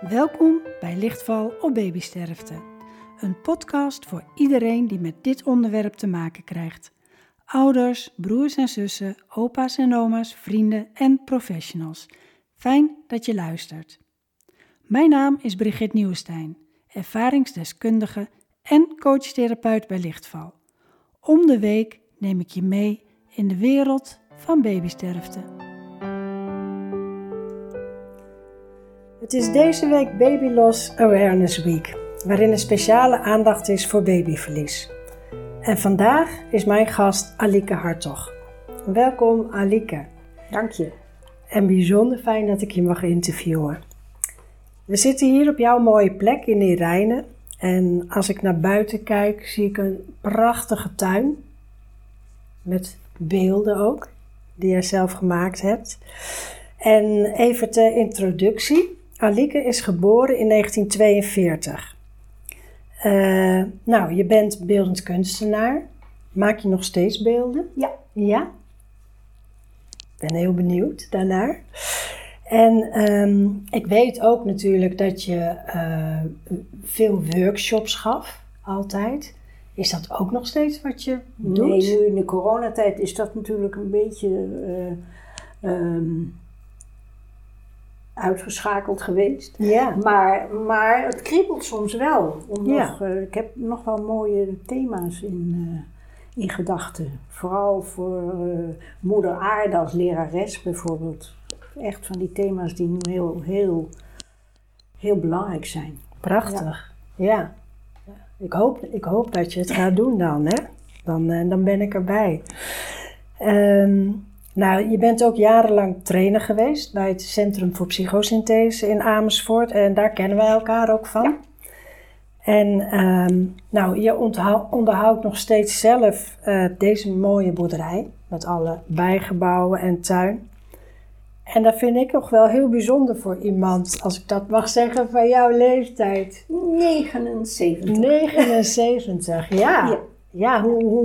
Welkom bij Lichtval op babysterfte. Een podcast voor iedereen die met dit onderwerp te maken krijgt. Ouders, broers en zussen, opa's en oma's, vrienden en professionals. Fijn dat je luistert. Mijn naam is Brigitte Nieuwenstein, ervaringsdeskundige en coachtherapeut bij Lichtval. Om de week neem ik je mee in de wereld van babysterfte. Het is deze week Baby Loss Awareness Week, waarin een speciale aandacht is voor babyverlies. En vandaag is mijn gast Alieke Hartog. Welkom Alieke. Dank je. En bijzonder fijn dat ik je mag interviewen. We zitten hier op jouw mooie plek in Neerijnen. En als ik naar buiten kijk, zie ik een prachtige tuin. Met beelden ook, die jij zelf gemaakt hebt. En even ter introductie. Alieke is geboren in 1942. Je bent beeldend kunstenaar. Maak je nog steeds beelden? Ja. Ja? Ik ben heel benieuwd daarnaar. En ik weet ook natuurlijk dat je veel workshops gaf, altijd. Is dat ook nog steeds wat je doet? Nee, nu in de coronatijd is dat natuurlijk een beetje uitgeschakeld geweest. Ja. Maar het kriebelt soms wel. Ik heb nog wel mooie thema's in gedachten. Vooral voor moeder aarde als lerares bijvoorbeeld. Echt van die thema's die nu heel belangrijk zijn. Prachtig, ja. Ik hoop dat je het gaat doen dan, hè? Dan ben ik erbij. Je bent ook jarenlang trainer geweest bij het Centrum voor Psychosynthese in Amersfoort. En daar kennen wij elkaar ook van. Ja. En je onderhoudt nog steeds zelf deze mooie boerderij met alle bijgebouwen en tuin. En dat vind ik nog wel heel bijzonder voor iemand, als ik dat mag zeggen, van jouw leeftijd. 79. 79, ja. Ja,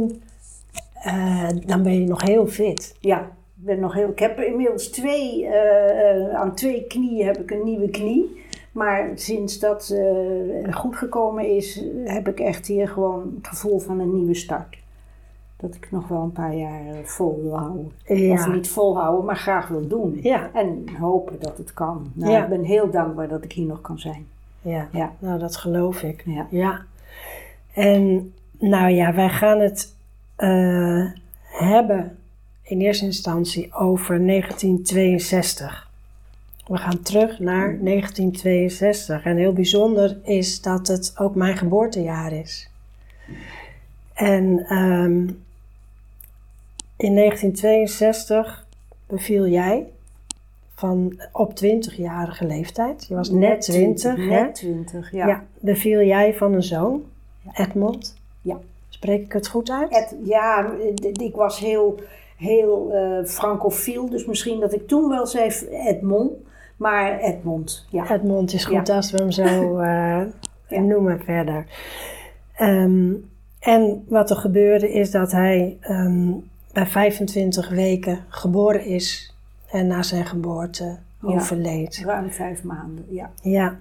dan ben je nog heel fit. Ja, ik heb inmiddels aan twee knieën heb ik een nieuwe knie. Maar sinds dat goed gekomen is, heb ik echt hier gewoon het gevoel van een nieuwe start. Dat ik nog wel een paar jaar vol wil houden. Ja. Of niet volhouden, maar graag wil doen. Ja. En hopen dat het kan. Ik ben heel dankbaar dat ik hier nog kan zijn. Ja. Nou dat geloof ik. Ja. En wij gaan het hebben in eerste instantie over 1962. We gaan terug naar 1962. En heel bijzonder is dat het ook mijn geboortejaar is. En in 1962 beviel jij op 20-jarige leeftijd. Je was net 20. Net 20, ja. Ja. Beviel jij van een zoon, Edmond. Ja. Spreek ik het goed uit? Ik was heel francofiel, dus misschien dat ik toen wel zei Edmond, maar Edmond. Ja. Edmond is goed als we hem zo noemen verder. En wat er gebeurde is dat hij bij 25 weken geboren is en na zijn geboorte overleed. Ruim 5 maanden, ja. Ja.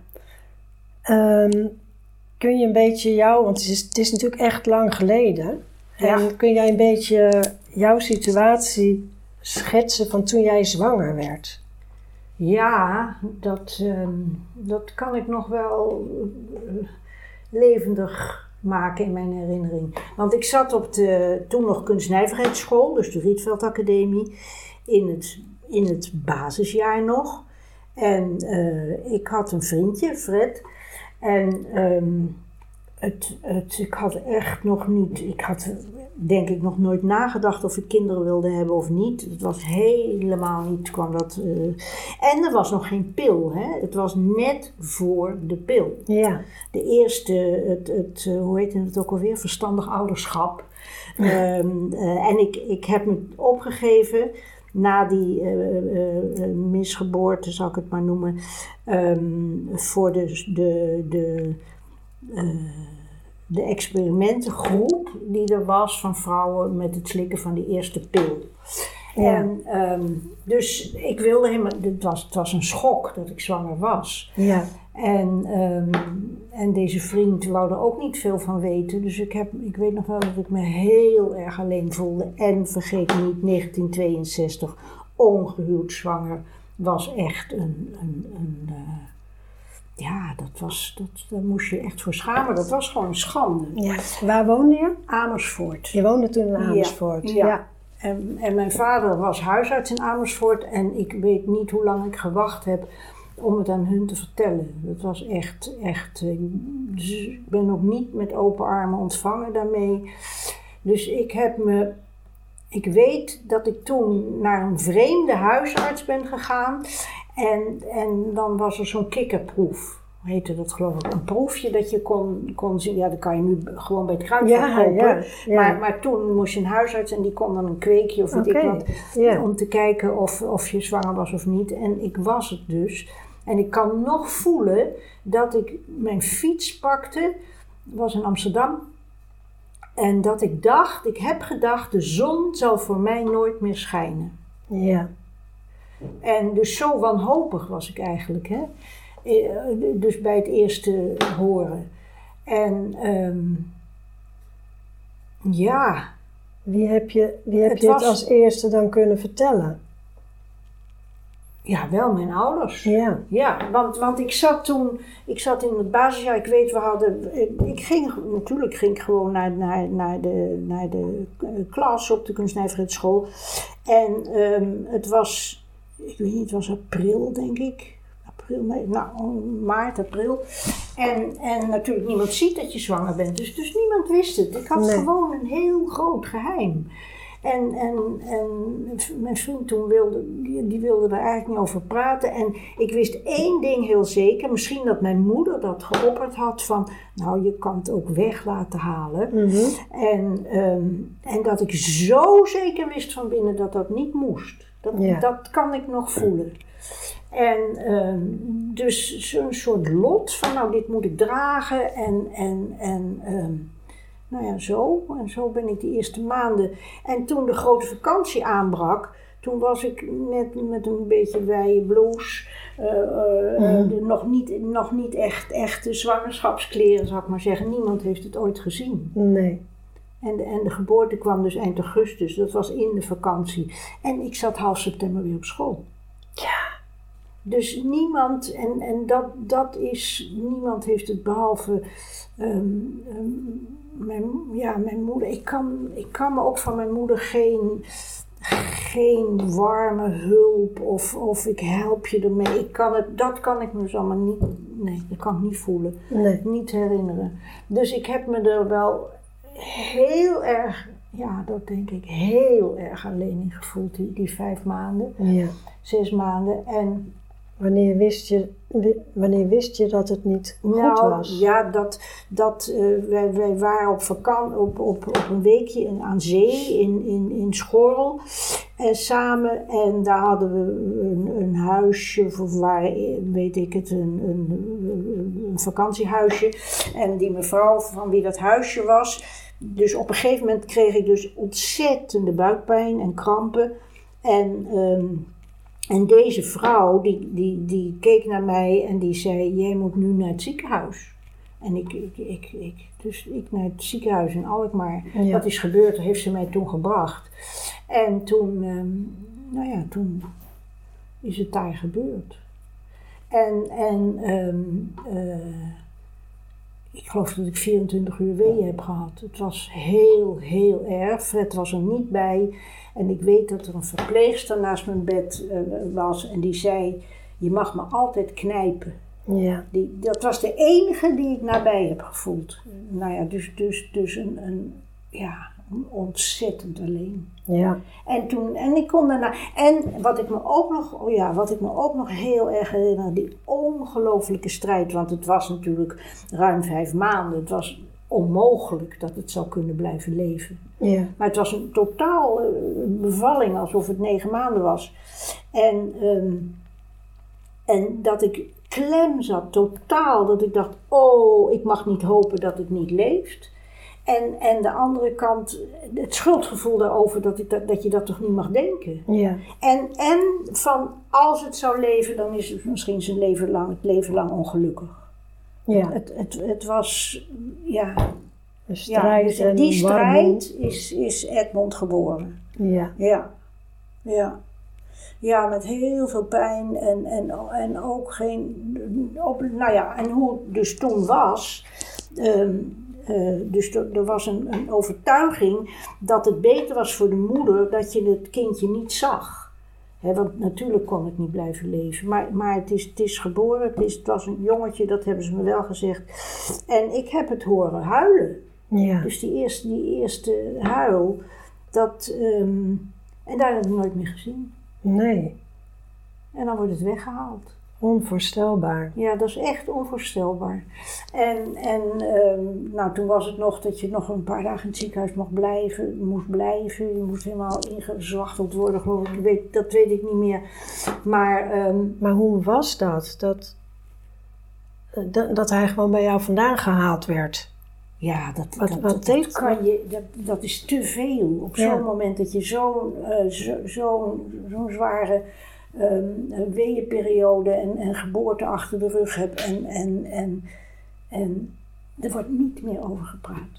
Kun je een beetje want het is natuurlijk echt lang geleden. Ja. En kun jij een beetje jouw situatie schetsen van toen jij zwanger werd? Ja, dat kan ik nog wel levendig maken in mijn herinnering. Want ik zat op de toen nog kunstnijverheidsschool, dus de Rietveld Academie, in het basisjaar nog. En ik had een vriendje, Fred. En ik had denk ik nog nooit nagedacht of ik kinderen wilde hebben of niet. Het was helemaal niet, en er was nog geen pil, hè. Het was net voor de pil. Ja. De eerste, hoe heet het ook alweer, verstandig ouderschap. En ik heb me opgegeven na die misgeboorte, zal ik het maar noemen, voor de experimentengroep die er was van vrouwen met het slikken van die eerste pil. Ja. En dus ik wilde helemaal, het was een schok dat ik zwanger was. Ja. En deze vriend wou er ook niet veel van weten. Dus ik weet nog wel dat ik me heel erg alleen voelde. En vergeet niet, 1962, ongehuwd zwanger, was echt daar moest je echt voor schamen. Dat was gewoon een schande. Ja. Waar woonde je? Amersfoort. Je woonde toen in Amersfoort. Ja. En mijn vader was huisarts in Amersfoort. En ik weet niet hoe lang ik gewacht heb om het aan hun te vertellen. Dat was echt. Dus ik ben ook niet met open armen ontvangen daarmee. Dus ik weet dat ik toen naar een vreemde huisarts ben gegaan. En dan was er zo'n kikkerproef. Heette dat geloof ik. Een proefje dat je kon zien. Ja, dat kan je nu gewoon bij het kruidvat kopen. Ja. Maar toen moest je een huisarts en die kon dan een kweekje of weet ik wat. Ja. Om te kijken of je zwanger was of niet. En ik was het dus. En ik kan nog voelen dat ik mijn fiets pakte. Was in Amsterdam. En dat ik heb gedacht, de zon zal voor mij nooit meer schijnen. Ja. En dus zo wanhopig was ik eigenlijk, hè. Dus bij het eerste horen. En ja. Wie heb je het als eerste dan kunnen vertellen? Ja, wel mijn ouders. Ja. Ja, want ik zat in het basisjaar, ik weet, ik ging gewoon naar de klas op de kunstnijverheidsschool. En het was, ik weet niet, het was april denk ik. Maart, april. En natuurlijk niemand ziet dat je zwanger bent. Dus niemand wist het. Ik had gewoon een heel groot geheim. En mijn vriend toen wilde er eigenlijk niet over praten. En ik wist één ding heel zeker. Misschien dat mijn moeder dat geopperd had van, nou, je kan het ook weg laten halen. Mm-hmm. En dat ik zo zeker wist van binnen dat dat niet moest. Dat kan ik nog voelen. En dus zo'n soort lot van, nou, dit moet ik dragen nou ja, zo. En zo ben ik die eerste maanden. En toen de grote vakantie aanbrak, toen was ik net met een beetje wijde blouse. Nog niet echt echte zwangerschapskleren, zou ik maar zeggen. Niemand heeft het ooit gezien. Nee. En de geboorte kwam dus eind augustus. Dat was in de vakantie. En ik zat half september weer op school. Ja. Dus niemand, en dat is, niemand heeft het behalve mijn moeder. Ik kan me ook van mijn moeder geen warme hulp of ik help je ermee. Dat kan ik me dus allemaal niet, dat kan ik niet voelen. Nee. Niet herinneren. Dus ik heb me er wel heel erg, dat denk ik, heel erg alleen in gevoeld, die 5 maanden. Ja. 6 maanden. En wanneer wist je dat het niet goed was? Ja, wij waren op vakantie op een weekje aan zee in Schorl samen. En daar hadden we een huisje, of weet ik het, een vakantiehuisje. En die mevrouw van wie dat huisje was. Dus op een gegeven moment kreeg ik dus ontzettende buikpijn en krampen. En deze vrouw, die keek naar mij en die zei, jij moet nu naar het ziekenhuis. En dus ik naar het ziekenhuis in Alkmaar. Ja. Dat is gebeurd, dat heeft ze mij toen gebracht. En toen, toen is het daar gebeurd. Ik geloof dat ik 24 uur weeën heb gehad. Het was heel, heel erg. Fred was er niet bij. En ik weet dat er een verpleegster naast mijn bed was. En die zei, je mag me altijd knijpen. Ja. Dat was de enige die ik nabij heb gevoeld. Nou ja, dus een ontzettend alleen. Ja. En ik kon daarna. En wat ik me ook nog heel erg herinner, die ongelofelijke strijd. Want het was natuurlijk ruim 5 maanden. Het was onmogelijk dat het zou kunnen blijven leven. Ja. Maar het was een totaal bevalling, alsof het 9 maanden was. En dat ik klem zat, totaal. Dat ik dacht, ik mag niet hopen dat het niet leeft. En de andere kant, het schuldgevoel daarover dat je dat toch niet mag denken. Ja. En van als het zou leven, dan is het misschien het leven lang ongelukkig. Ja. Het was, ja... Een strijd dus en die strijd warmoed. is Edmond geboren. Ja. Ja, met heel veel pijn en ook geen... en hoe het dus toen was... dus er was een overtuiging dat het beter was voor de moeder dat je het kindje niet zag. Want natuurlijk kon het niet blijven leven. Maar het is geboren, het was een jongetje, dat hebben ze me wel gezegd. En ik heb het horen huilen. Ja. Dus die eerste huil, en daar heb ik nooit meer gezien. Nee. En dan wordt het weggehaald. Onvoorstelbaar. Ja, dat is echt onvoorstelbaar. Nou, toen was het nog dat je nog een paar dagen in het ziekenhuis moest blijven. Je moest helemaal ingezwachteld worden, geloof ik. Dat weet ik niet meer. Maar hoe was dat? Dat hij gewoon bij jou vandaan gehaald werd? Ja, dat is te veel. Op zo'n moment dat je zo'n zware weeënperiode en geboorte achter de rug hebt en er wordt niet meer over gepraat.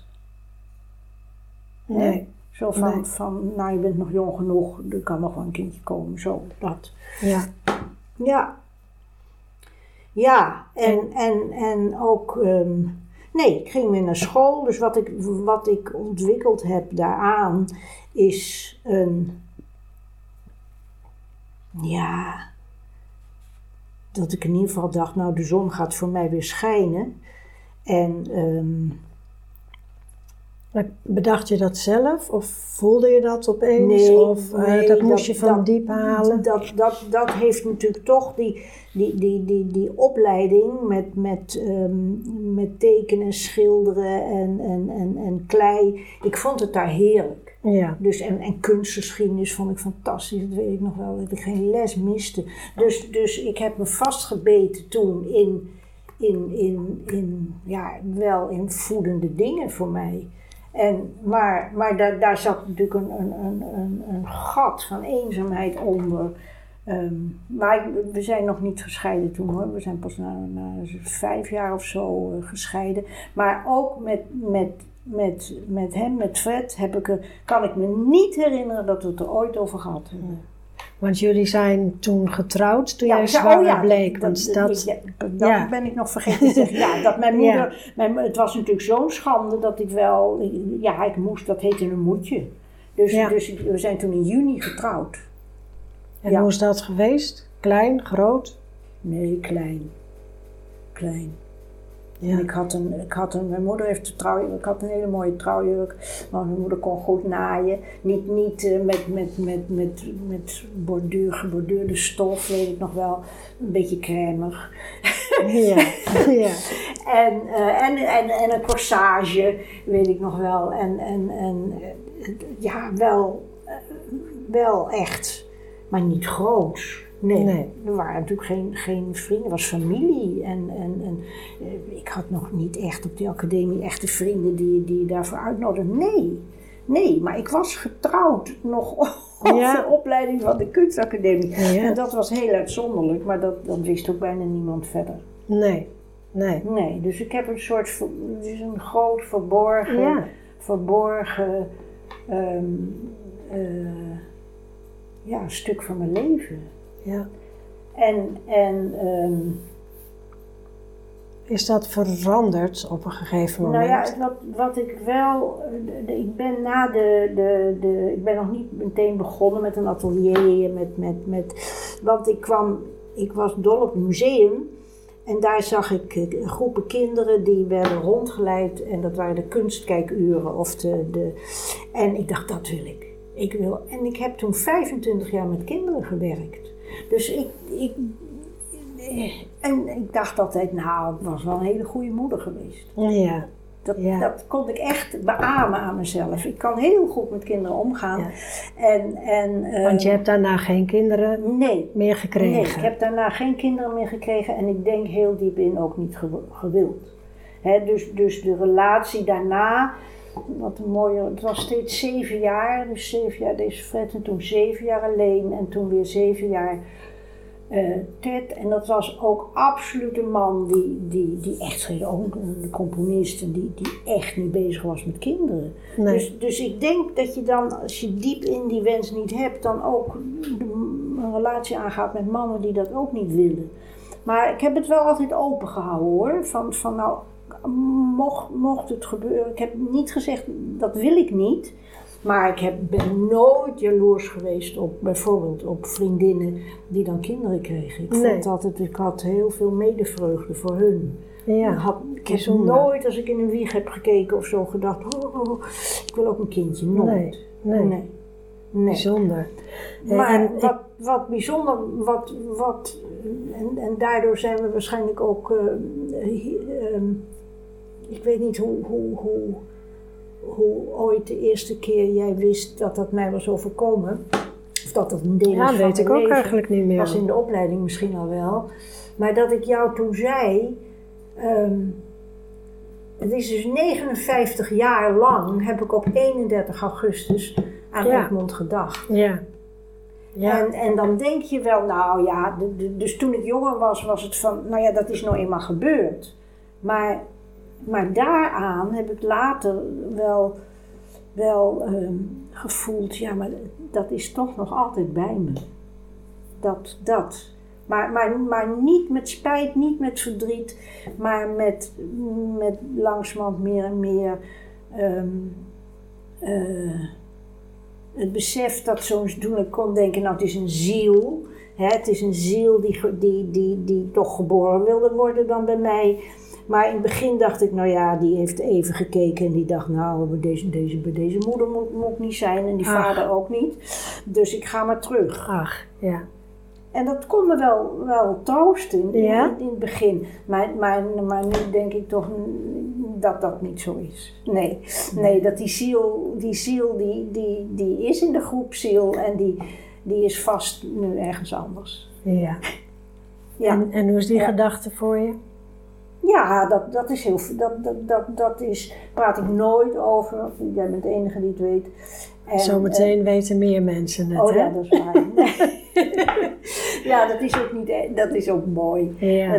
Nee. Zo van, nou je bent nog jong genoeg, er kan nog wel een kindje komen, zo, dat. Ja. Ja. Ja, en ook... nee, ik ging weer naar school. Dus wat ik ontwikkeld heb daaraan is dat ik in ieder geval dacht, nou de zon gaat voor mij weer schijnen. En bedacht je dat zelf of voelde je dat opeens? Nee, dat moest je van diep halen? Dat heeft natuurlijk toch die opleiding met tekenen, schilderen en klei. Ik vond het daar heerlijk. Ja. Dus, en kunstgeschiedenis vond ik fantastisch, dat weet ik nog wel, dat ik geen les miste. Dus ik heb me vastgebeten toen in voedende dingen voor mij. Maar daar zat natuurlijk een gat van eenzaamheid onder. Maar we zijn nog niet gescheiden toen hoor. We zijn pas na 5 jaar of zo gescheiden. Maar ook met hem, met Fred, kan ik me niet herinneren dat we het er ooit over gehad hebben. Want jullie zijn toen getrouwd toen jij zwanger bleek. Dat ben ik nog vergeten te zeggen. Ja, dat mijn moeder... het was natuurlijk zo'n schande dat ik wel... Ja, ik moest, dat heette een moedje. Dus we zijn toen in juni getrouwd. En hoe is dat geweest? Klein, groot? Nee, klein. Ja. Mijn moeder heeft de trouwjurk, ik had een hele mooie trouwjurk, maar mijn moeder kon goed naaien. Niet met geborduurde stof, weet ik nog wel, een beetje crèmig. Ja. En een corsage, weet ik nog wel. Wel echt, maar niet groot. Nee, er waren natuurlijk geen vrienden, het was familie. En ik had nog niet echt op die academie echte vrienden die je daarvoor uitnodigden. Nee, maar ik was getrouwd nog op de opleiding van de kunstacademie. Ja. En dat was heel uitzonderlijk, maar dat wist ook bijna niemand verder. Nee, dus ik heb een soort, het is een groot verborgen stuk van mijn leven. Ja. Is dat veranderd op een gegeven moment? Nou ja, wat ik wel... Ik ben ik ben nog niet meteen begonnen met een atelier. Want ik was dol op een museum. En daar zag ik groepen kinderen die werden rondgeleid. En dat waren de kunstkijkuren. En ik dacht, dat wil ik. En ik heb toen 25 jaar met kinderen gewerkt. Dus ik dacht altijd, nou, ik was wel een hele goede moeder geweest. Ja. Dat kon ik echt beamen aan mezelf. Ik kan heel goed met kinderen omgaan. Ja. Want je hebt daarna geen kinderen meer gekregen? Nee, ik heb daarna geen kinderen meer gekregen en ik denk heel diep in ook niet gewild. Dus de relatie daarna wat een mooie, het was steeds 7 jaar. Dus 7 jaar deze Fred en toen 7 jaar alleen en toen weer 7 jaar Ted. En dat was ook absoluut een man die echt schreef, ook een componist en die echt niet bezig was met kinderen. Nee. Dus ik denk dat je dan, als je diep in die wens niet hebt, dan ook een relatie aangaat met mannen die dat ook niet willen. Maar ik heb het wel altijd open gehouden hoor. Van nou, mocht het gebeuren. Ik heb niet gezegd, dat wil ik niet. Maar ik ben nooit jaloers geweest op bijvoorbeeld op vriendinnen die dan kinderen kregen. Ik had heel veel medevreugde voor hun. Ja, ik heb nooit, als ik in een wieg heb gekeken of zo, gedacht, ik wil ook een kindje. Nooit. Nee. Bijzonder. Maar wat bijzonder, en daardoor zijn we waarschijnlijk ook, ik weet niet hoe ooit de eerste keer jij wist dat mij was overkomen. Of dat een deel van weet ik ook eigenlijk niet meer. Was in de opleiding misschien al wel. Maar dat ik jou toen zei, het is dus 59 jaar lang heb ik op 31 augustus aan Egmond gedacht. Ja. En dan denk je wel, nou ja, dus toen ik jonger was het van, nou ja, dat is nou eenmaal gebeurd. Maar daaraan heb ik later wel gevoeld, ja, maar dat is toch nog altijd bij me. Dat. Maar niet met spijt, niet met verdriet, maar met langzamerhand meer en meer het besef dat toen ik kon denken, nou het is een ziel. Het is een ziel die toch geboren wilde worden dan bij mij. Maar in het begin dacht ik, nou ja, die heeft even gekeken en die dacht, nou, bij deze moeder moet ik niet zijn en die vader ook niet. Dus ik ga maar terug. Ach, ja. En dat kon me wel troosten in het begin. Maar nu denk ik toch dat dat niet zo is. Nee, dat die ziel die is in de groepsziel en die is vast nu ergens anders. Ja. En hoe is die gedachte voor je? Ja, dat is heel... Dat is... Praat ik nooit over. Jij bent de enige die het weet. Zometeen weten meer mensen het, hè? Ja, dat is waar. Ja, dat is ook niet... Dat is ook mooi. Ja.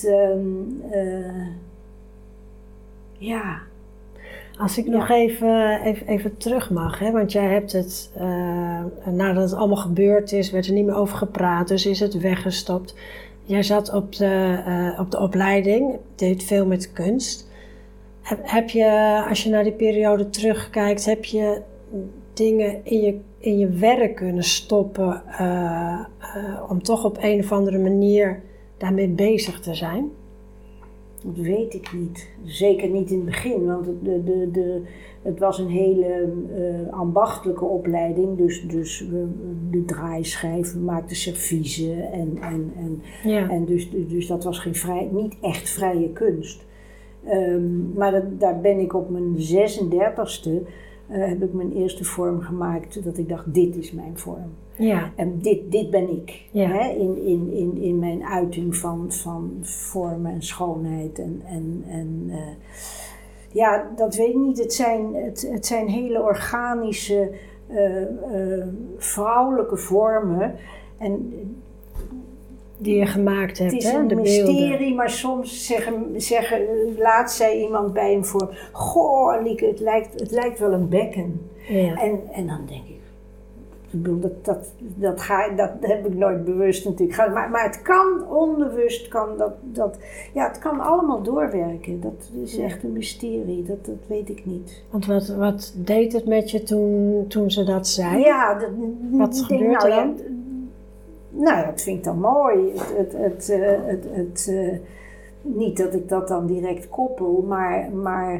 Ja. Als ik nog even terug mag, hè? Want jij hebt het... nadat het allemaal gebeurd is, werd er niet meer over gepraat. Dus is het weggestopt. Jij zat op de opleiding, deed veel met kunst. Heb je, als je naar die periode terugkijkt, heb je dingen in je werk kunnen stoppen om toch op een of andere manier daarmee bezig te zijn? Dat weet ik niet. Zeker niet in het begin, want het was een hele ambachtelijke opleiding. Dus de draaischijven, we maakten serviezen en dus dat was niet echt vrije kunst. Maar daar ben ik op mijn 36e heb ik mijn eerste vorm gemaakt dat ik dacht, dit is mijn vorm. Ja. En dit ben ik. Ja. Hè? In mijn uiting van vormen en schoonheid. Ja, dat weet ik niet. Het zijn hele organische, vrouwelijke vormen. En die je gemaakt hebt, het is een mysterie, maar soms zeggen, laatst zei iemand bij hem voor, goh Lieke, het lijkt wel een bekken. Ja. En dan denk ik bedoel, dat heb ik nooit bewust natuurlijk gedaan. Maar het kan onbewust, het kan allemaal doorwerken. Dat is echt een mysterie, dat weet ik niet. Want wat deed het met je toen ze dat zei? Ja, wat gebeurt er dan? Nou ja, dat vind ik dan mooi. Niet dat ik dat dan direct koppel, maar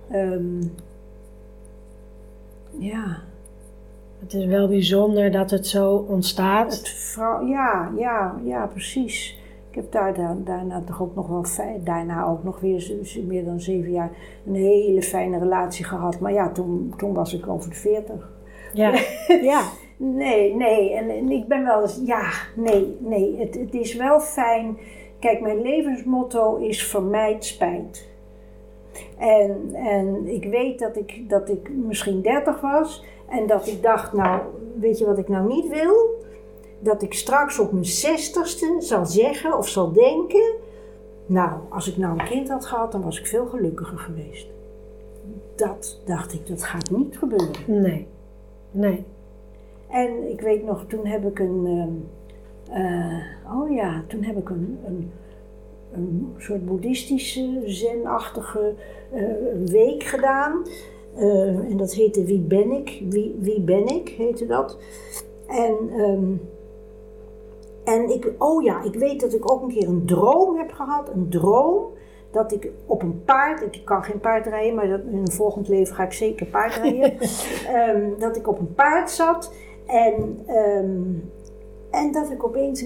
ja. Het is wel bijzonder dat het zo ontstaat. Ja, precies. Ik heb daarna toch ook nog wel daarna ook nog weer meer dan 7 jaar een hele fijne relatie gehad. Maar ja, toen was ik over de 40. Ja, ja. Nee. En ik ben wel eens... Ja, nee. Het is wel fijn. Kijk, mijn levensmotto is vermijd spijt. En ik weet dat ik misschien 30 was en dat ik dacht, nou, weet je wat ik nou niet wil? Dat ik straks op mijn 60ste zal zeggen of zal denken, nou, als ik nou een kind had gehad, dan was ik veel gelukkiger geweest. Dat dacht ik, dat gaat niet gebeuren. Nee. En ik weet nog, toen heb ik een soort boeddhistische, zenachtige week gedaan. En dat heette Wie ben ik? Wie ben ik, heette dat. En ik weet dat ik ook een keer een droom heb gehad. Een droom dat ik op een paard, ik kan geen paard rijden, maar in een volgend leven ga ik zeker paard rijden. Dat ik op een paard zat en dat ik opeens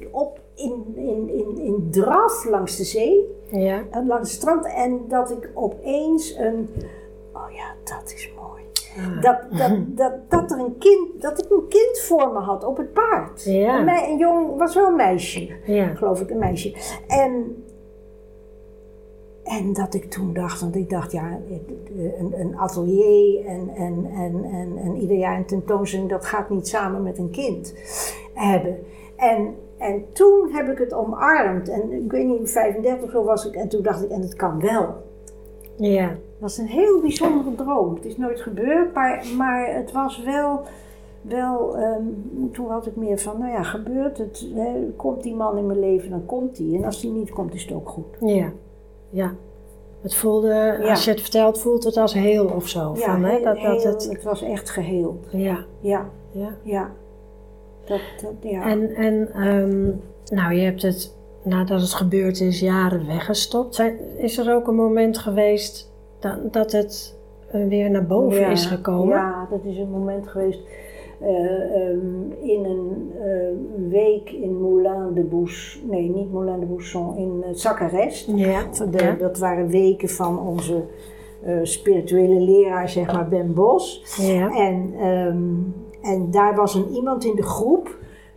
in draf langs de zee, langs het strand, en dat ik opeens dat is mooi. Dat ik een kind voor me had op het paard. Ja. Een jong, was wel een meisje, geloof ik, een meisje. En dat ik toen dacht, want ik dacht, ja, een atelier en ieder jaar een tentoonstelling, dat gaat niet samen met een kind hebben. En toen heb ik het omarmd. En ik weet niet, 35 zo was ik. En toen dacht ik, en het kan wel. Ja. Dat was een heel bijzondere droom. Het is nooit gebeurd, maar het was wel toen had ik meer van, nou ja, gebeurt het. Komt die man in mijn leven, dan komt die. En als die niet komt, is het ook goed. Ja. Het voelde, als je het vertelt, voelt het als heel of zo. Ja, van, het was echt geheeld. Ja. Nou, je hebt het, nadat het gebeurd is, jaren weggestopt. Is er ook een moment geweest dat het weer naar boven is gekomen? Ja, dat is een moment geweest in een week in Moulin de Bousson, nee, niet Moulin de Bousson, in Sacarest. Dat waren weken van onze spirituele leraar, zeg maar, Ben Bos. Ja. En daar was iemand in de groep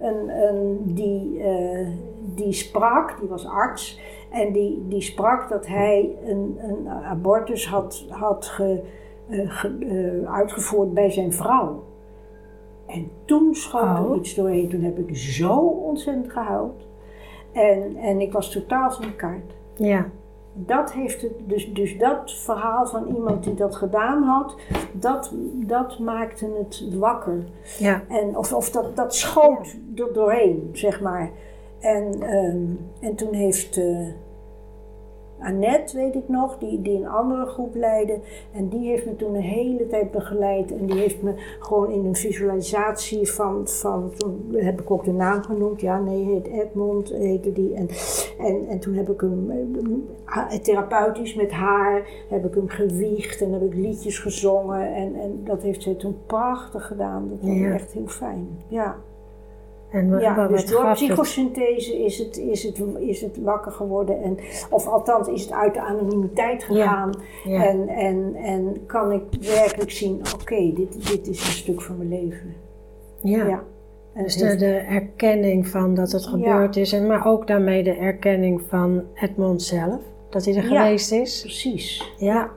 die sprak, die was arts, en die sprak dat hij een abortus had uitgevoerd bij zijn vrouw. En toen schoot er iets doorheen, toen heb ik zo ontzettend gehuild. En ik was totaal van de kaart. Ja. Dat heeft het, dus dat verhaal van iemand die dat gedaan had, dat maakte het wakker. Ja. En of dat schoot er doorheen, zeg maar. En toen heeft Annette, weet ik nog, die een andere groep leidde, en die heeft me toen een hele tijd begeleid, en die heeft me gewoon in een visualisatie van toen heb ik ook de naam genoemd, heet Edmond, heette die, en toen heb ik hem therapeutisch met haar, heb ik hem gewiegd en heb ik liedjes gezongen, en dat heeft zij toen prachtig gedaan, dat vond ik echt heel fijn, ja. Dus door psychosynthese is het wakker geworden. Of althans is het uit de anonimiteit gegaan. Ja. En kan ik werkelijk zien, oké, dit is een stuk van mijn leven. Ja. Dus de erkenning van dat het gebeurd is. Maar ook daarmee de erkenning van Edmond zelf. Dat hij er geweest is. Precies. Ja.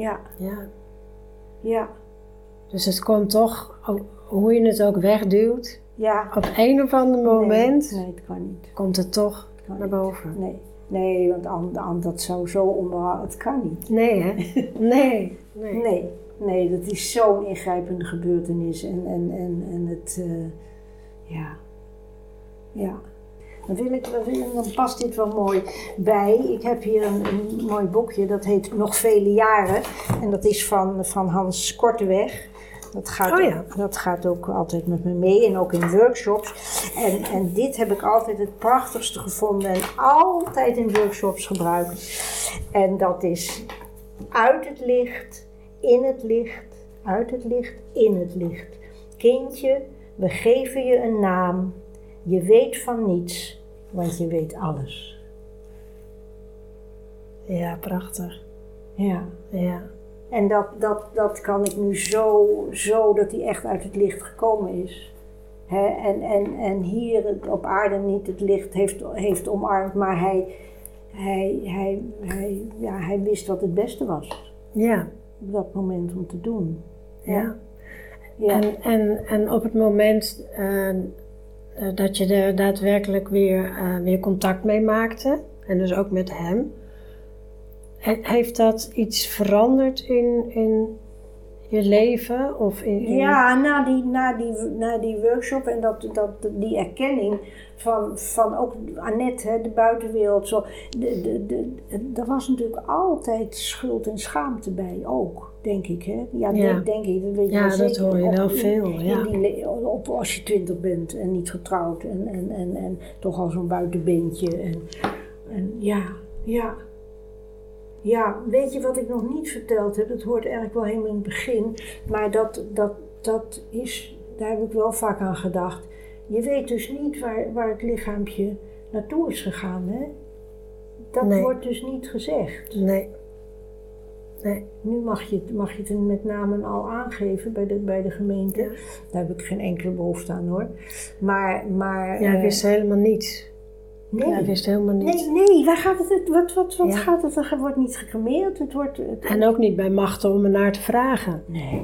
Dus het komt toch, hoe je het ook wegduwt. Ja. Op een of ander moment nee, het kan niet. Komt het toch naar boven. Nee, want dat zou zo onbehouden. Het kan niet. Nee, hè? Nee, dat is zo'n ingrijpende gebeurtenis. En het, Dan past dit wel mooi bij. Ik heb hier een mooi boekje, dat heet Nog vele jaren. En dat is van Hans Korteweg. Dat gaat ook altijd met me mee en ook in workshops. En dit heb ik altijd het prachtigste gevonden en altijd in workshops gebruikt. En dat is uit het licht, in het licht, uit het licht, in het licht. Kindje, we geven je een naam. Je weet van niets, want je weet alles. Ja, prachtig. Ja. En dat kan ik nu zo dat hij echt uit het licht gekomen is. En hier op aarde niet het licht heeft omarmd, maar hij wist wat het beste was. Ja. Op dat moment om te doen. Ja. Ja. En op het moment dat je er daadwerkelijk weer contact mee maakte, en dus ook met hem, heeft dat iets veranderd in je leven? Of Ja, na die workshop en die erkenning van ook Annette, hè, de buitenwereld. Zo, er was natuurlijk altijd schuld en schaamte bij ook, denk ik. Hè? Ja, denk ik. Dat weet je wel zeker. Dat hoor je wel veel. Ja. Als je 20 bent en niet getrouwd en toch al zo'n buitenbeentje. En ja. Ja, weet je wat ik nog niet verteld heb? Dat hoort eigenlijk wel helemaal in het begin. Maar dat is, daar heb ik wel vaak aan gedacht. Je weet dus niet waar het lichaampje naartoe is gegaan, hè? Dat wordt dus niet gezegd. Nee. Nu mag je het met naam en al aangeven bij de gemeente. Ja. Daar heb ik geen enkele behoefte aan, hoor. Maar jij wist helemaal niets. Nee. Jij wist helemaal niet. Nee, waar gaat het? Wat gaat het? Er wordt niet gecremeerd. En ook niet bij machten om ernaar te vragen.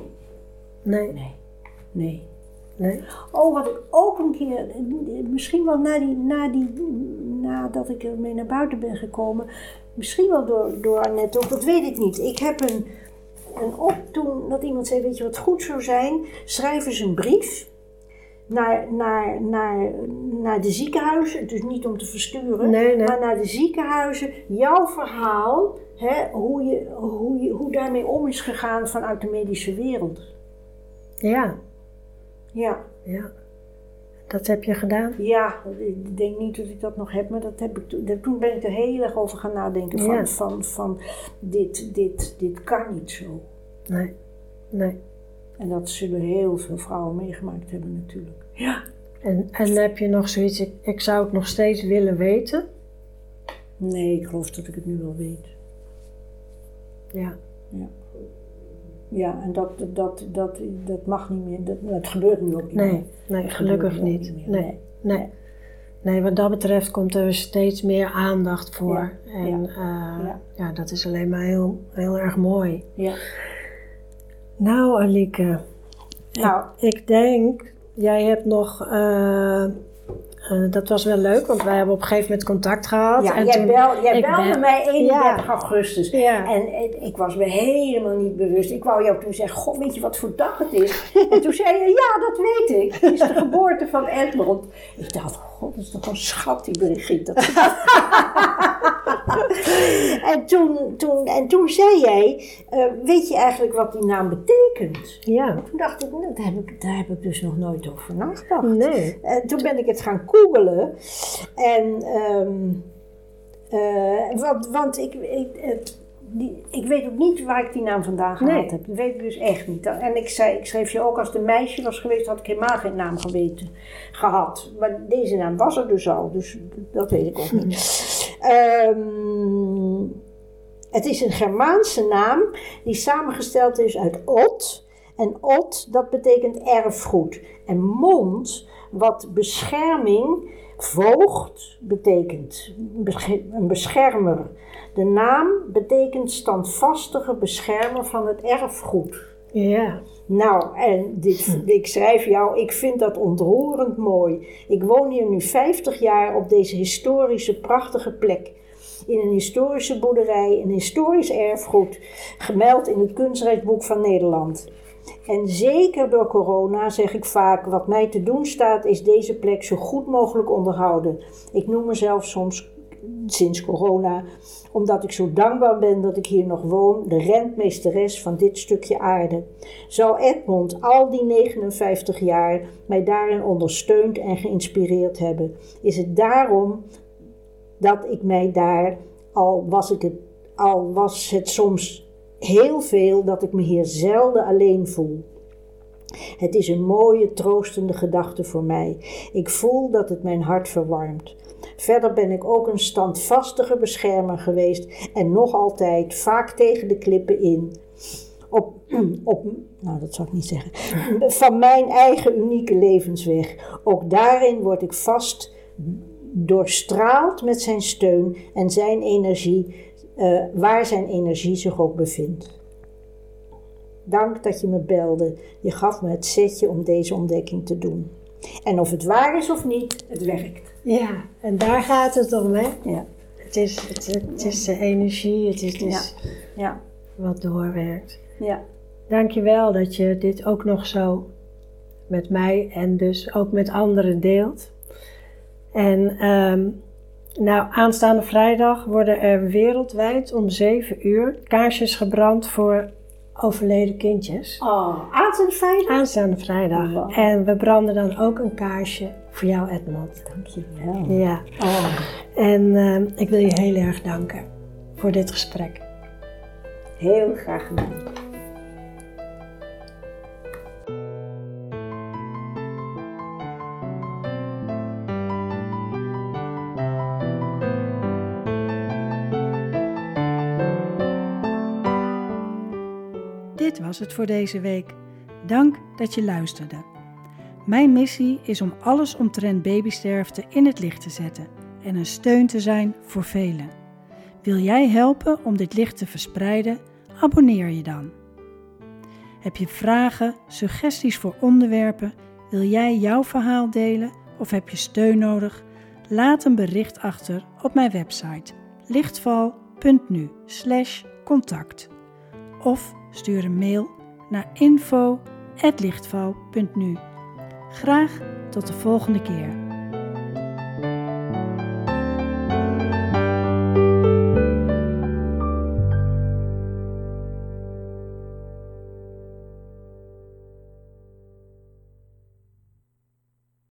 Nee. Oh, wat ik ook een keer, misschien wel nadat ik ermee naar buiten ben gekomen, misschien wel door Annette ook, dat weet ik niet. Ik heb toen dat iemand zei, weet je wat goed zou zijn, schrijf eens een brief naar de ziekenhuizen, dus niet om te versturen, maar naar de ziekenhuizen, jouw verhaal, hè, hoe daarmee om is gegaan vanuit de medische wereld. Ja. Ja. Dat heb je gedaan? Ja, ik denk niet dat ik dat nog heb, maar dat heb ik toen ben ik er heel erg over gaan nadenken van dit kan niet zo. Nee. En dat zullen heel veel vrouwen meegemaakt hebben natuurlijk. Ja. En heb je nog zoiets, ik zou het nog steeds willen weten? Nee, ik geloof dat ik het nu wel weet. Ja, en dat mag niet meer. Dat gebeurt nu ook niet meer. Nee, gelukkig niet. Nee, wat dat betreft komt er steeds meer aandacht voor. Ja, dat is alleen maar heel, heel erg mooi. Ja. Nou, Alieke, ik denk, jij hebt nog, dat was wel leuk, want wij hebben op een gegeven moment contact gehad. Ja, en jij belde mij 31 augustus en ik was me helemaal niet bewust. Ik wou jou toen zeggen, god, weet je wat voor dag het is? En toen zei je, ja, dat weet ik. Het is de geboorte van Edmond. Ik dacht, god, dat is toch een schat die Brigitte. En toen zei jij, weet je eigenlijk wat die naam betekent? Ja. Toen dacht ik, daar heb ik dus nog nooit over nagedacht. Nee. Toen ben ik het gaan googelen. Want ik weet ook niet waar ik die naam vandaan gehaald heb. Dat weet ik dus echt niet. En ik schreef je ook, als het een meisje was geweest, had ik helemaal geen naam gehad. Maar deze naam was er dus al, dus dat weet ik ook niet. Het is een Germaanse naam die samengesteld is uit Ot. En Ot, dat betekent erfgoed. En Mond, wat bescherming, voogd betekent. Een beschermer. De naam betekent standvastige beschermer van het erfgoed. Ja. Nou, en ik schrijf jou, ik vind dat ontroerend mooi. Ik woon hier nu 50 jaar op deze historische, prachtige plek. In een historische boerderij, een historisch erfgoed, gemeld in het Kunstrijksboek van Nederland. En zeker door corona zeg ik vaak, wat mij te doen staat, is deze plek zo goed mogelijk onderhouden. Ik noem mezelf soms, sinds corona, omdat ik zo dankbaar ben dat ik hier nog woon, de rentmeesteres van dit stukje aarde. Zou Edmond al die 59 jaar mij daarin ondersteund en geïnspireerd hebben? Is het daarom dat ik mij daar, al was het soms heel veel, dat ik me hier zelden alleen voel. Het is een mooie, troostende gedachte voor mij. Ik voel dat het mijn hart verwarmt. Verder ben ik ook een standvastige beschermer geweest en nog altijd vaak tegen de klippen in. Nou, dat zal ik niet zeggen. Van mijn eigen unieke levensweg. Ook daarin word ik vast doorstraalt met zijn steun en zijn energie, waar zijn energie zich ook bevindt. Dank dat je me belde. Je gaf me het setje om deze ontdekking te doen. En of het waar is of niet, het werkt. Ja, en daar gaat het om, hè? Ja. Het is de energie, het is dus Ja. wat doorwerkt. Ja. Dank je wel dat je dit ook nog zo met mij en dus ook met anderen deelt. En aanstaande vrijdag worden er wereldwijd om 7 uur kaarsjes gebrand voor overleden kindjes. Oh, aanstaande vrijdag? Aanstaande vrijdag. Wow. En we branden dan ook een kaarsje voor jou, Edmond. Dank je wel. Ja. Oh. En ik wil je heel erg danken voor dit gesprek. Heel graag gedaan. Dit was het voor deze week. Dank dat je luisterde. Mijn missie is om alles omtrent babysterfte in het licht te zetten en een steun te zijn voor velen. Wil jij helpen om dit licht te verspreiden? Abonneer je dan. Heb je vragen, suggesties voor onderwerpen? Wil jij jouw verhaal delen of heb je steun nodig? Laat een bericht achter op mijn website lichtval.nu/contact of stuur een mail naar info@lichtval.nu. Graag tot de volgende keer.